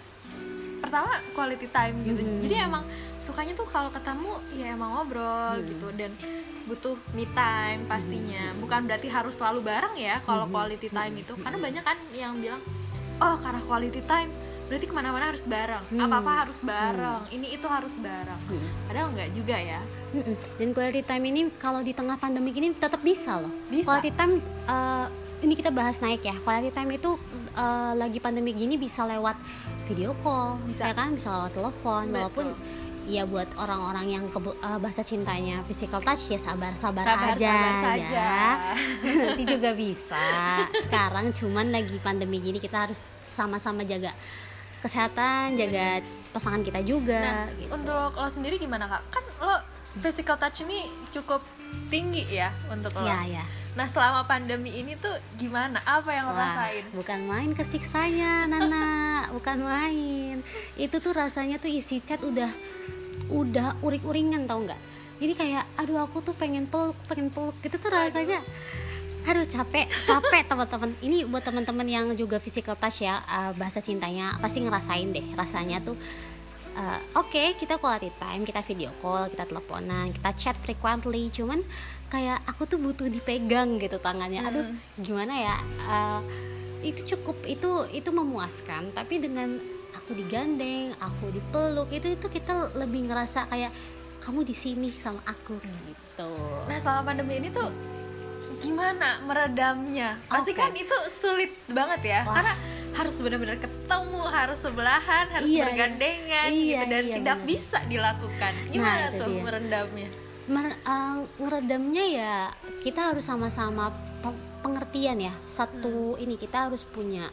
pertama quality time gitu, Mhm. jadi emang sukanya tuh kalau ketemu ya emang ngobrol Mhm. gitu, dan butuh me time pastinya. Bukan berarti harus selalu bareng ya kalau Mhm. quality time itu, karena banyak kan yang bilang oh karena quality time berarti kemana-mana harus bareng, Hmm. apa-apa harus bareng, ini itu harus bareng. Hmm. Padahal nggak juga ya. Mm-mm. Dan quality time ini kalau di tengah pandemi ini tetap bisa loh. Bisa. Quality time uh, ini kita bahas naik ya. Quality time itu uh, lagi pandemi gini bisa lewat video call, Bisa. ya kan, bisa lewat telepon. Betul. Walaupun ya buat orang-orang yang kebu- uh, bahasa cintanya physical touch ya sabar-sabar Sabar, aja sabar saja. ya. Nanti juga bisa. Sekarang cuman lagi pandemi gini kita harus sama-sama jaga kesehatan, jaga pasangan kita juga. Nah, gitu. untuk lo sendiri gimana kak? Kan lo physical touch ini cukup tinggi ya untuk lo. Ya ya. Nah selama pandemi ini tuh gimana? Apa yang lo Wah, rasain? bukan main kesiksanya, Nana, bukan main. Itu tuh rasanya tuh isi chat udah udah uring-uringan, tau nggak? Jadi kayak, aduh aku tuh pengen peluk, pengen peluk, gitu tuh rasanya. Aduh capek, capek teman-teman. Ini buat teman-teman yang juga physical touch ya, uh, bahasa cintanya pasti ngerasain deh rasanya tuh. Uh, Oke, okay, kita quality time, kita video call, kita teleponan, kita chat frequently. Cuman kayak aku tuh butuh dipegang gitu tangannya. Aduh, gimana ya? Uh, itu cukup, itu itu memuaskan. Tapi dengan aku digandeng, aku dipeluk, itu itu kita lebih ngerasa kayak kamu di sini sama aku gitu. Nah selama pandemi ini tuh gimana meredamnya? Pasti Oke. kan itu sulit banget ya. Wah. Karena harus benar-benar ketemu, harus sebelahan, harus Iya, bergandengan iya. gitu, dan Iya, tidak benar. bisa dilakukan. Gimana Nah, itu tuh dia. merendamnya? Mer- uh, ngeredamnya ya kita harus sama-sama pe- pengertian ya. Satu ini kita harus punya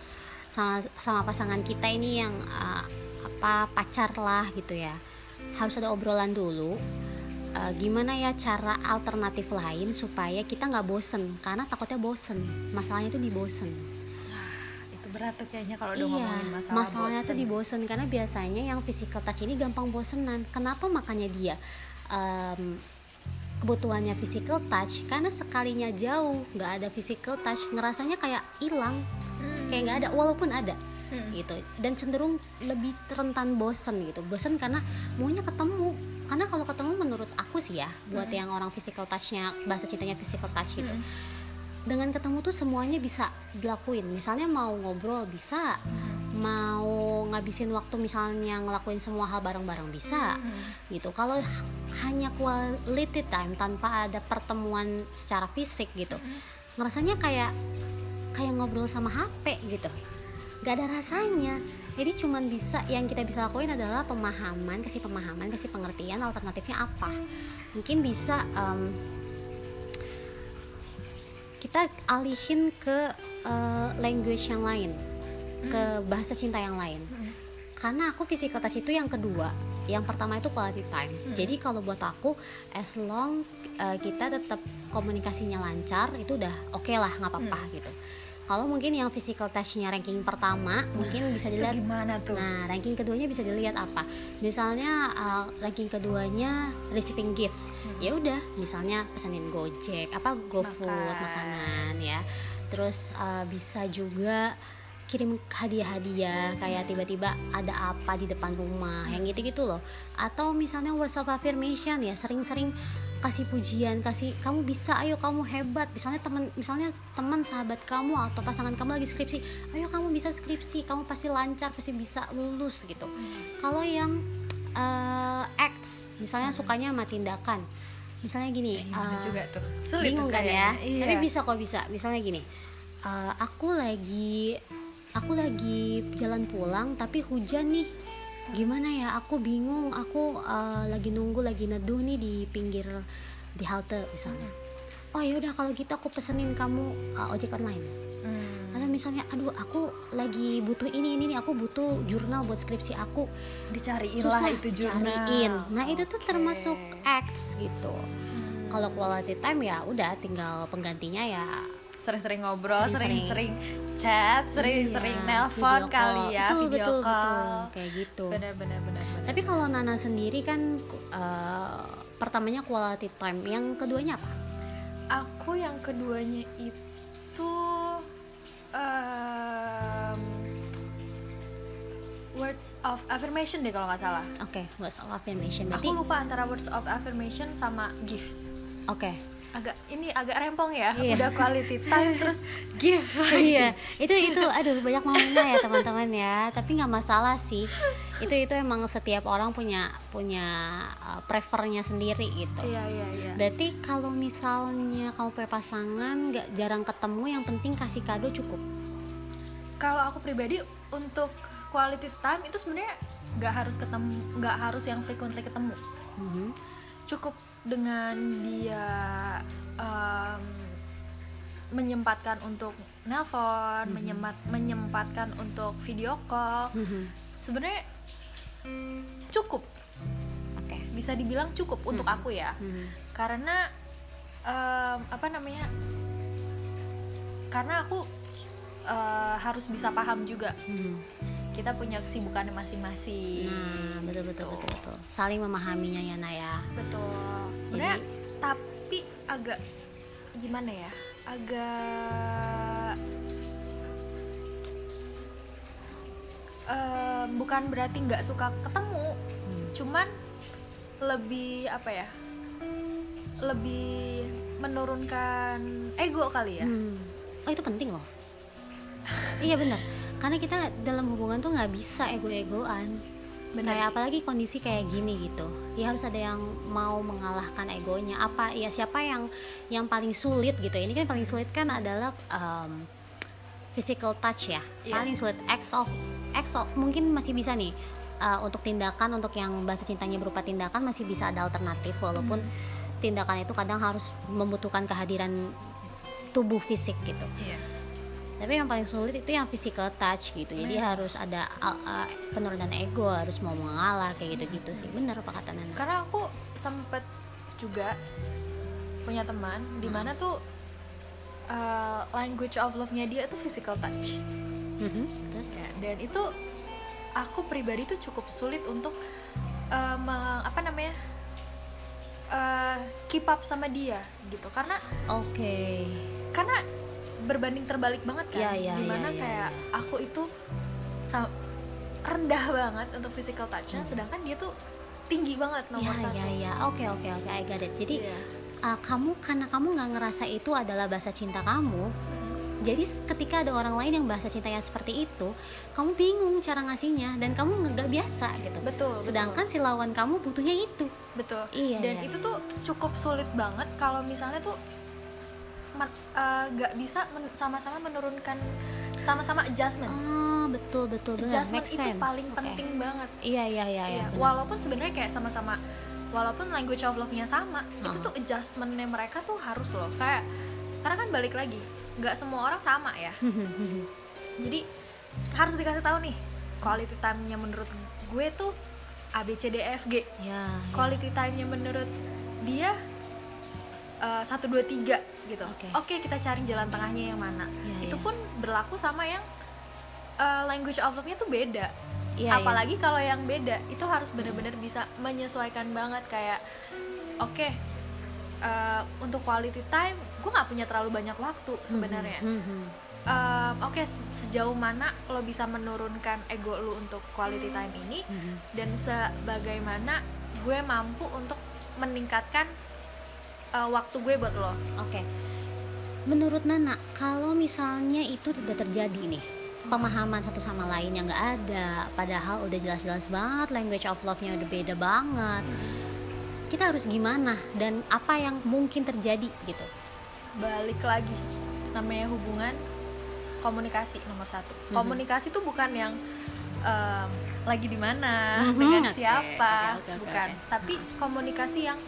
sama sama pasangan kita ini yang uh, apa pacar lah gitu ya. Harus ada obrolan dulu. Uh, gimana ya cara alternatif lain supaya kita nggak bosen, karena takutnya bosen. Masalahnya tuh di bosen. Itu berat tuh kayaknya kalau udah Iya, ngomongin masalah masalahnya bosen. tuh di bosen, karena biasanya yang physical touch ini gampang bosenan. Kenapa makanya dia um, kebutuhannya physical touch? Karena sekalinya jauh nggak ada physical touch, ngerasanya kayak hilang, Hmm. kayak nggak ada walaupun ada Hmm. gitu. Dan cenderung lebih rentan bosen gitu. Bosen karena maunya ketemu. Karena kalau ketemu menurut aku sih ya, buat Hmm. yang orang physical touchnya, bahasa cintanya physical touch gitu, Hmm. dengan ketemu tuh semuanya bisa dilakuin. Misalnya mau ngobrol bisa, mau ngabisin waktu misalnya ngelakuin semua hal bareng-bareng bisa Hmm. gitu. Kalau hanya quality time tanpa ada pertemuan secara fisik gitu, ngerasanya kayak kayak ngobrol sama H P gitu, nggak ada rasanya. Jadi cuman bisa, yang kita bisa lakuin adalah pemahaman, kasih pemahaman, kasih pengertian alternatifnya apa. Mungkin bisa um, kita alihin ke uh, language yang lain, ke bahasa cinta yang lain. Hmm. Karena aku physical touch itu yang kedua, yang pertama itu quality time. Hmm. Jadi kalau buat aku, as long uh, kita tetap komunikasinya lancar, itu udah oke okay lah, nggak apa-apa Hmm. gitu. Kalau mungkin yang physical touch-nya ranking pertama, mungkin bisa Itu dilihat. gimana tuh? Nah, ranking keduanya bisa dilihat apa? Misalnya uh, ranking keduanya receiving gifts. Hmm. Ya udah, misalnya pesenin Gojek, apa GoFood, Makan. makanan ya. Terus uh, bisa juga kirim hadiah-hadiah, kayak tiba-tiba ada apa di depan rumah, yang gitu-gitu loh. Atau misalnya words of affirmation ya, sering-sering kasih pujian, kasih kamu bisa, ayo kamu hebat. Misalnya teman, misalnya teman sahabat kamu atau pasangan kamu lagi skripsi, ayo kamu bisa skripsi, kamu pasti lancar, pasti bisa lulus gitu. Kalau yang uh, acts, misalnya sukanya sama tindakan, misalnya gini, Gimana uh, juga tuh? Sulit bingung tuh kan ya? kayaknya. Iya. Tapi bisa kok, bisa. Misalnya gini, uh, aku lagi aku lagi jalan pulang tapi hujan nih. Gimana ya? Aku bingung. Aku uh, lagi nunggu, lagi neduh nih di pinggir di halte misalnya. Oh ya udah kalau gitu aku pesenin kamu uh, ojek online. Hmm. Atau misalnya aduh aku lagi butuh ini ini nih, aku butuh jurnal buat skripsi aku, Dicariin susah lah itu jurnal. cariin. Nah itu tuh Oke. termasuk acts gitu. Hmm. Kalau quality time ya udah tinggal penggantinya ya Sering-sering ngobrol, Sering-sering. sering-sering chat, sering-sering iya, nelpon video kali call. ya, betul, video betul, call. betul, kayak gitu. Benar-benar benar. Tapi kalau Nana sendiri kan uh, pertamanya quality time, yang keduanya apa? Aku yang keduanya itu um, words of affirmation deh kalau nggak salah. Oke, words of affirmation Aku berarti. lupa antara words of affirmation sama gift. Oke. Agak ini agak rempong ya. Iya. Udah quality time terus gift. Iya, itu itu aduh banyak maunya ya teman-teman ya. Tapi nggak masalah sih. Itu itu emang setiap orang punya punya uh, prefernya sendiri gitu. Iya iya iya. Berarti kalau misalnya kamu punya pasangan nggak jarang ketemu, yang penting kasih kado cukup. Kalau aku pribadi untuk quality time itu sebenarnya nggak harus ketemu, nggak harus yang frequently ketemu. Mhm. Cukup dengan dia um, menyempatkan untuk nelpon, Mhm. menyempat menyempatkan untuk video call, Mhm. sebenarnya cukup, Oke. bisa dibilang cukup untuk Mhm. aku ya, Mhm. karena um, apa namanya, karena aku uh, harus bisa paham juga Mhm. kita punya kesibukannya masing-masing. Nah, betul betul betul betul. Saling memahaminya ya Naya. Betul. Sebenarnya tapi agak gimana ya? Agak eh, bukan berarti nggak suka ketemu, Hmm. cuman lebih apa ya? Lebih menurunkan ego kali ya. Hmm. Oh itu penting loh. Iya benar. Karena kita dalam hubungan tuh nggak bisa ego-egoan. Benar Kayak sih. apalagi kondisi kayak gini gitu. Ya harus ada yang mau mengalahkan egonya. Apa ya siapa yang yang paling sulit gitu. Ini kan paling sulit kan adalah um, physical touch ya. Iya. Paling sulit acts of acts of mungkin masih bisa nih. Uh, untuk tindakan, untuk yang bahasa cintanya berupa tindakan masih bisa ada alternatif, walaupun Hmm. tindakan itu kadang harus membutuhkan kehadiran tubuh fisik gitu. Iya. Tapi yang paling sulit itu yang physical touch gitu. Jadi Bener. harus ada uh, uh, penurunan ego, harus mau mengalah kayak gitu-gitu sih. Benar apa kata Nana? Karena aku sempet juga punya teman di mana tuh uh, language of love-nya dia tuh physical touch. Mhm. Terus? Ya, dan itu aku pribadi tuh cukup sulit untuk uh, meng- apa namanya uh, keep up sama dia gitu, karena Oke. karena berbanding terbalik banget kan, Ya, ya, dimana ya, ya, kayak ya. aku itu sa- rendah banget untuk physical touch-nya, Hmm. sedangkan dia tuh tinggi banget nomor Ya satu. ya ya. Oke oke oke. I got it. Jadi Iya. uh, kamu karena kamu nggak ngerasa itu adalah bahasa cinta kamu. Jadi s- ketika ada orang lain yang bahasa cintanya seperti itu, kamu bingung cara ngasihnya dan kamu nggak nggak biasa gitu. Betul. Sedangkan si lawan kamu butuhnya itu. betul. Iya, Dan iya, itu iya. tuh cukup sulit banget kalau misalnya tuh men- eh, nggak bisa men- sama-sama menurunkan, sama-sama adjustment. Ah betul betul benar. Adjustment Make itu sense. paling Oke. penting banget. Iya iya iya. Iya, iya, benar. walaupun sebenarnya kayak sama-sama, walaupun language of love-nya sama, itu Uh-huh. tuh adjustment-nya mereka tuh harus loh. Kayak karena kan balik lagi, nggak semua orang sama ya. Jadi harus dikasih tahu nih, quality time-nya menurut gue tuh A B C D E F G. ya, ya. Quality time-nya menurut dia satu dua tiga gitu. Oke. Oke, kita cari jalan tengahnya yang mana. Ya, Itu ya. pun berlaku sama yang uh, language of love-nya tuh beda. Iya, Apalagi kalau yang beda itu harus benar-benar bisa menyesuaikan banget, kayak oke, uh, untuk quality time gue nggak punya terlalu banyak waktu iya. sebenarnya. Mhm, mhm. Um, oke, se- sejauh mana lo bisa menurunkan ego lo untuk quality time ini, Mhm. dan sebagaimana gue mampu untuk meningkatkan uh, waktu gue buat lo. Oke. Menurut Nana, kalau misalnya itu tidak terjadi nih, pemahaman satu sama lain yang nggak ada, padahal udah jelas-jelas banget language of love-nya udah beda banget, kita harus gimana dan apa yang mungkin terjadi gitu? Balik lagi, namanya hubungan, komunikasi nomor satu. Mhm. Komunikasi tuh bukan yang um, lagi di mana, Mhm, dengan oke, siapa, oke, oke, oke, bukan. oke. Tapi komunikasi yang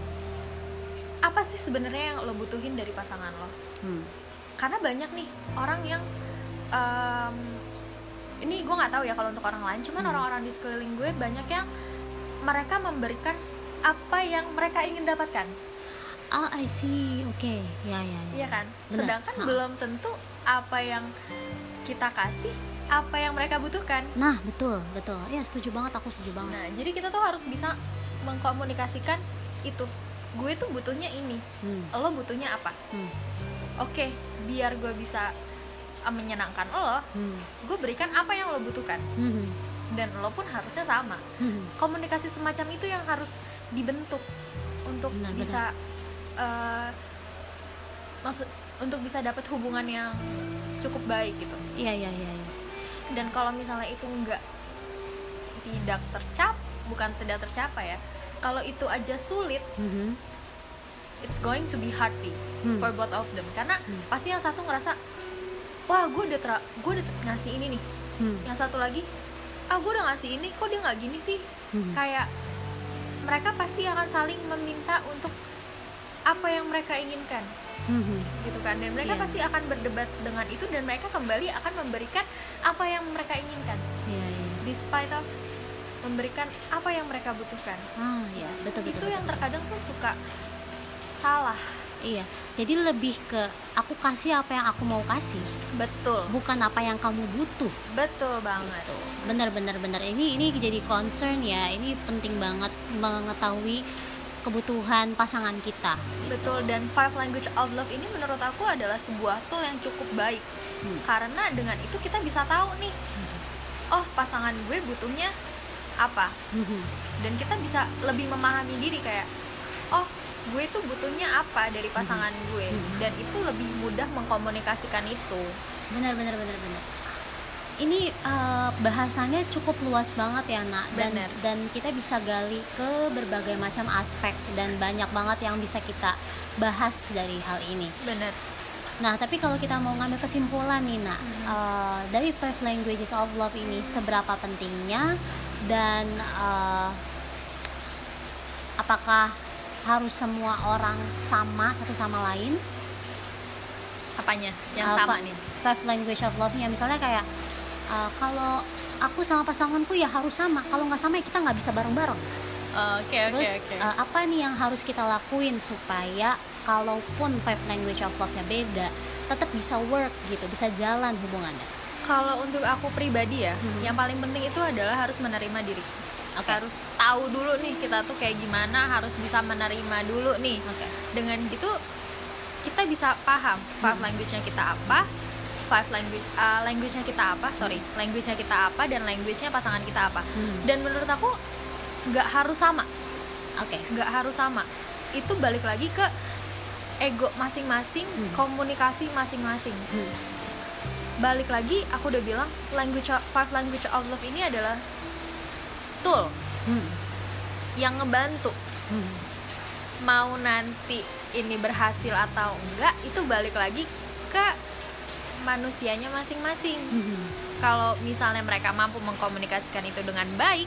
apa sih sebenarnya yang lo butuhin dari pasangan lo? Hmm. Karena banyak nih orang yang um, ini gue nggak tahu ya kalau untuk orang lain, cuman Hmm. orang-orang di sekeliling gue banyak yang mereka memberikan apa yang mereka ingin dapatkan, Ah, I see. Oke. Ya, ya, ya. iya kan? Benar. Sedangkan Ha. belum tentu apa yang kita kasih apa yang mereka butuhkan. Nah, betul, betul. Ya, setuju banget, aku setuju banget. Nah, jadi kita tuh harus bisa mengkomunikasikan itu. Gue tuh butuhnya ini, Hmm. lo butuhnya apa? Hmm. Oke, biar gue bisa uh, menyenangkan lo, Hmm. gue berikan apa yang lo butuhkan, Hmm. dan lo pun harusnya sama. Hmm. Komunikasi semacam itu yang harus dibentuk untuk Benar, bisa uh, maksud untuk bisa dapat hubungan yang cukup baik gitu. Iya, iya, iya, iya. Dan kalau misalnya itu enggak tidak tercap bukan tidak tercapai ya, kalau itu aja sulit, Mhm. it's going to be hard sih Hmm. for both of them, karena Hmm. pasti yang satu ngerasa wah gue udah tra- gue udah ngasih ini nih, Hmm. yang satu lagi ah gue udah ngasih ini kok dia nggak gini sih. Hmm. Kayak mereka pasti akan saling meminta untuk apa yang mereka inginkan Mhm. gitu kan, dan mereka Iya. pasti akan berdebat dengan itu, dan mereka kembali akan memberikan apa yang mereka inginkan Iya, iya. despite of memberikan apa yang mereka butuhkan. Ah, ya, betul, betul. Itu betul, yang betul. terkadang tuh suka salah. Iya. Jadi lebih ke aku kasih apa yang aku mau kasih, Betul, bukan apa yang kamu butuh. betul banget. Gitu. Benar, benar, benar. Ini ini jadi concern ya. Ini penting banget mengetahui kebutuhan pasangan kita. gitu. Betul, dan five language of love ini menurut aku adalah sebuah tool yang cukup baik. Hmm. Karena dengan itu kita bisa tahu nih, oh pasangan gue butuhnya apa, Mhm. dan kita bisa lebih memahami diri kayak, oh gue tuh butuhnya apa dari pasangan gue, Mhm. dan itu lebih mudah mengkomunikasikan itu. Benar, benar, benar, benar. Ini eh, bahasannya cukup luas banget ya, Nak, dan Benar. dan kita bisa gali ke berbagai macam aspek dan banyak banget yang bisa kita bahas dari hal ini. Bener. Nah, tapi kalau kita mau ngambil kesimpulan nih, Nak, Hmm. eh, dari five languages of love ini seberapa pentingnya, dan eh, apakah harus semua orang sama satu sama lain? Apanya yang Eh, sama fa- nih? Five language of love-nya, misalnya kayak eh, kalau aku sama pasanganku ya harus sama, kalau nggak sama ya kita nggak bisa bareng-bareng. Oke oke Terus oke. eh, apa nih yang harus kita lakuin supaya kalaupun five language of love-nya beda, tetap bisa work gitu, bisa jalan hubungannya. Kalau untuk aku pribadi ya, Hmm. yang paling penting itu adalah harus menerima diri. Oke. Kita harus tahu dulu nih kita tuh kayak gimana, harus bisa menerima dulu nih. Oke. Dengan gitu kita bisa paham five Hmm. language-nya kita apa, five language uh, language-nya kita apa, sorry, language-nya kita apa, dan language-nya pasangan kita apa. Hmm. Dan menurut aku nggak harus sama, Oke. nggak harus sama. Itu balik lagi ke ego masing-masing, Hmm. komunikasi masing-masing. Hmm. Balik lagi aku udah bilang language of- five language of love ini adalah tool Hmm. yang ngebantu. Hmm. Mau nanti ini berhasil atau enggak itu balik lagi ke manusianya masing-masing. Hmm. Kalau misalnya mereka mampu mengkomunikasikan itu dengan baik,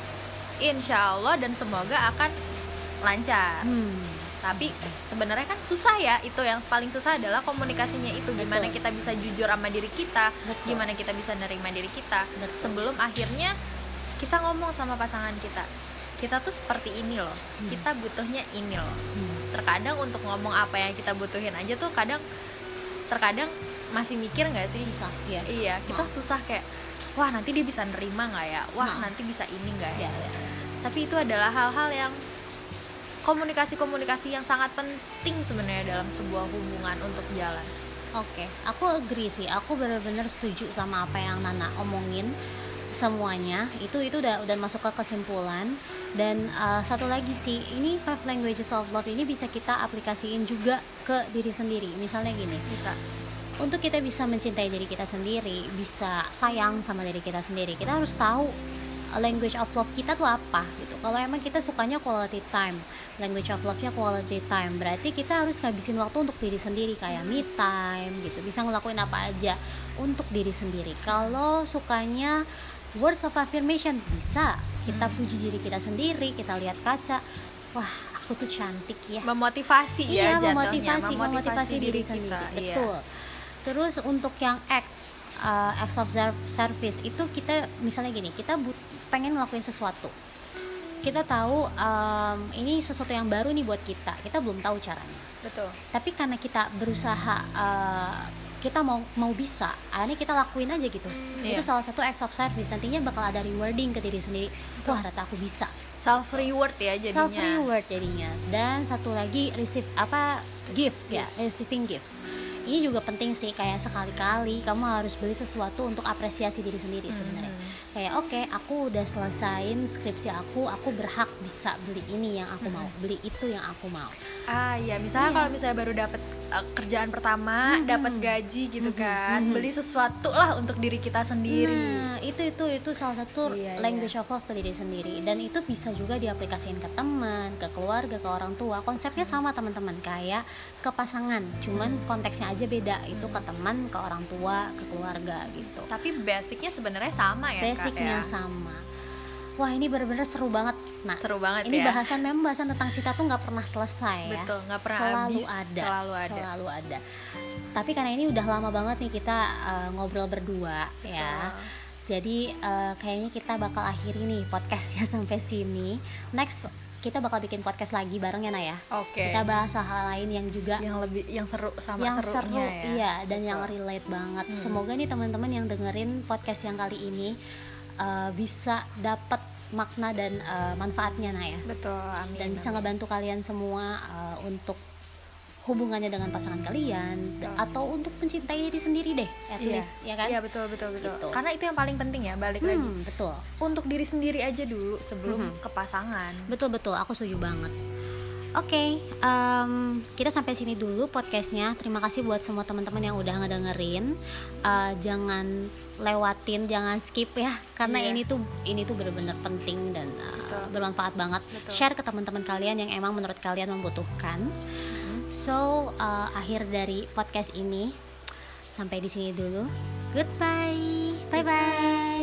insya Allah dan semoga akan lancar. Hmm. Tapi sebenarnya kan susah ya, itu yang paling susah adalah komunikasinya itu. Gimana Betul. kita bisa jujur sama diri kita, Betul. gimana kita bisa nerima diri kita, Betul. sebelum akhirnya kita ngomong sama pasangan kita, kita tuh seperti ini loh, Hmm. kita butuhnya ini loh. Hmm. Terkadang untuk ngomong apa yang kita butuhin aja tuh kadang terkadang masih mikir nggak sih? Susah ya. Iya, kita Maaf. susah kayak, wah nanti dia bisa nerima nggak ya, wah Maaf. nanti bisa ini nggak ya. Ya, ya. Tapi itu adalah hal-hal yang komunikasi-komunikasi yang sangat penting sebenarnya dalam sebuah hubungan untuk jalan. Oke, aku agree sih. Aku benar-benar setuju sama apa yang Nana omongin semuanya. Itu itu udah udah masuk ke kesimpulan. Dan uh, satu lagi sih, ini five languages of love ini bisa kita aplikasiin juga ke diri sendiri. Misalnya gini, Bisa. untuk kita bisa mencintai diri kita sendiri, bisa sayang sama diri kita sendiri, kita harus tahu uh, language of love kita tuh apa gitu. Kalau emang kita sukanya quality time, language of love-nya quality time, berarti kita harus ngabisin waktu untuk diri sendiri, kayak me time gitu, bisa ngelakuin apa aja untuk diri sendiri. Kalau sukanya words of affirmation, bisa kita Hmm. puji diri kita sendiri, kita lihat kaca, wah aku tuh cantik ya. Memotivasi Iya, ya jatuhnya, memotivasi, memotivasi diri kita. sendiri. Iya. Betul. Terus untuk yang X, uh, acts of service itu kita misalnya gini, kita but, pengen ngelakuin sesuatu, kita tahu um, ini sesuatu yang baru nih buat kita, kita belum tahu caranya. Betul. Tapi karena kita berusaha, uh, kita mau mau bisa, akhirnya kita lakuin aja gitu. Iya. Itu salah satu acts of service. Nantinya bakal ada rewarding ke diri sendiri. Wah, ternyata aku bisa. Self reward ya jadinya. Self reward jadinya. Dan satu lagi receive apa gifts ya, receiving gifts. Ini juga penting sih, kayak sekali-kali kamu harus beli sesuatu untuk apresiasi diri sendiri sebenarnya. Hmm. Kayak oke, okay, aku udah selesain skripsi aku, aku berhak bisa beli ini yang aku mau, beli itu yang aku mau. Ah iya, misalnya Iya. kalau misalnya baru dapat uh, kerjaan pertama, Mhm. dapat gaji gitu Mhm, kan, mhm. beli sesuatu lah untuk diri kita sendiri. Nah, itu itu itu salah satu Iya, language iya. of love ke diri sendiri, dan itu bisa juga diaplikasikan ke teman, ke keluarga, ke orang tua. Konsepnya sama teman-teman, kayak ke pasangan, cuman konteksnya aja beda. Itu ke teman, ke orang tua, ke keluarga gitu. Tapi basicnya sebenarnya sama ya Basicnya Kak, ya? sama. Wah, ini bener-bener seru banget. Nah, Seru banget ini ya. bahasan memang bahasan tentang cinta tuh nggak pernah selesai ya. Betul, nggak pernah selalu habis, ada, selalu ada. selalu ada. Tapi karena ini udah lama banget nih kita uh, ngobrol berdua ya. Betul. Jadi uh, kayaknya kita bakal akhiri nih podcastnya sampai sini. Next kita bakal bikin podcast lagi bareng ya Naya. Oke. Kita bahas hal lain yang juga Yang lebih yang seru sama yang serunya seru, ya. iya, dan Betul. yang relate banget. Hmm. Semoga nih teman-teman yang dengerin podcast yang kali ini uh, bisa dapat makna dan uh, manfaatnya Naya. Betul, amin. Dan bisa ngebantu kalian semua uh, untuk hubungannya dengan pasangan kalian, Betul. atau untuk mencintai diri sendiri deh, at Iya. least, ya kan? Iya, betul betul betul. Gitu. Karena itu yang paling penting ya, balik lagi. Hmm, betul. Untuk diri sendiri aja dulu sebelum Mhm. ke pasangan. Betul betul, aku setuju banget. Oke, em, kita sampai sini dulu podcastnya. Terima kasih buat semua teman-teman yang udah ngedengerin. Eh, jangan lewatin, jangan skip ya, karena Iya. ini tuh ini tuh benar-benar penting dan eh, Betul. bermanfaat banget. Betul. Share ke teman-teman kalian yang emang menurut kalian membutuhkan. Mhm. So, eh, akhir dari podcast ini sampai di sini dulu. Goodbye, bye bye.